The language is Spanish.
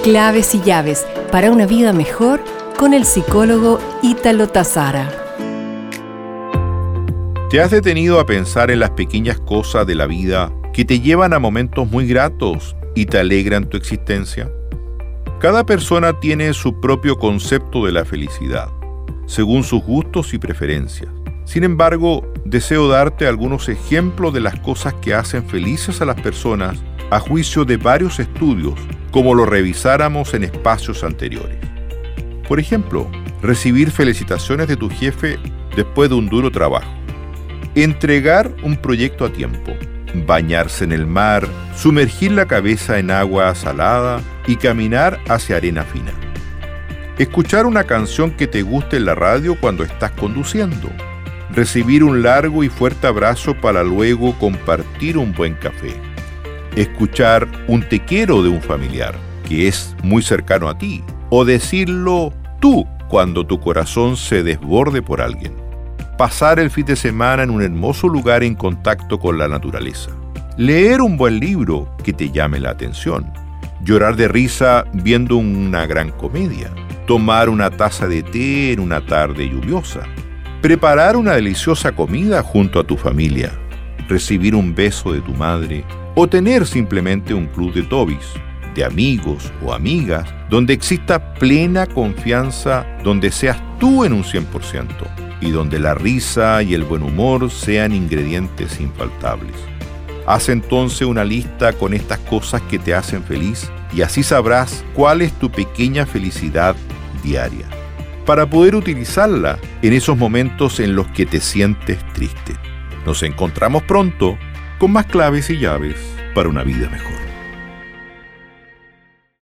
Claves y llaves para una vida mejor con el psicólogo Ítalo Tazara. ¿Te has detenido a pensar en las pequeñas cosas de la vida que te llevan a momentos muy gratos y te alegran tu existencia? Cada persona tiene su propio concepto de la felicidad, según sus gustos y preferencias. Sin embargo, deseo darte algunos ejemplos de las cosas que hacen felices a las personas a juicio de varios estudios, como lo revisáramos en espacios anteriores. Por ejemplo, recibir felicitaciones de tu jefe después de un duro trabajo, entregar un proyecto a tiempo, bañarse en el mar, sumergir la cabeza en agua salada y caminar hacia arena fina. Escuchar una canción que te guste en la radio cuando estás conduciendo. Recibir un largo y fuerte abrazo para luego compartir un buen café. Escuchar un te quiero de un familiar que es muy cercano a ti. O decirlo tú cuando tu corazón se desborde por alguien. Pasar el fin de semana en un hermoso lugar en contacto con la naturaleza. Leer un buen libro que te llame la atención. Llorar de risa viendo una gran comedia. Tomar una taza de té en una tarde lluviosa. Preparar una deliciosa comida junto a tu familia. Recibir un beso de tu madre. O tener simplemente un club de Tobis, de amigos o amigas, donde exista plena confianza, donde seas tú en un 100%. Y donde la risa y el buen humor sean ingredientes infaltables. Haz entonces una lista con estas cosas que te hacen feliz y así sabrás cuál es tu pequeña felicidad diaria, para poder utilizarla en esos momentos en los que te sientes triste. Nos encontramos pronto con más claves y llaves para una vida mejor.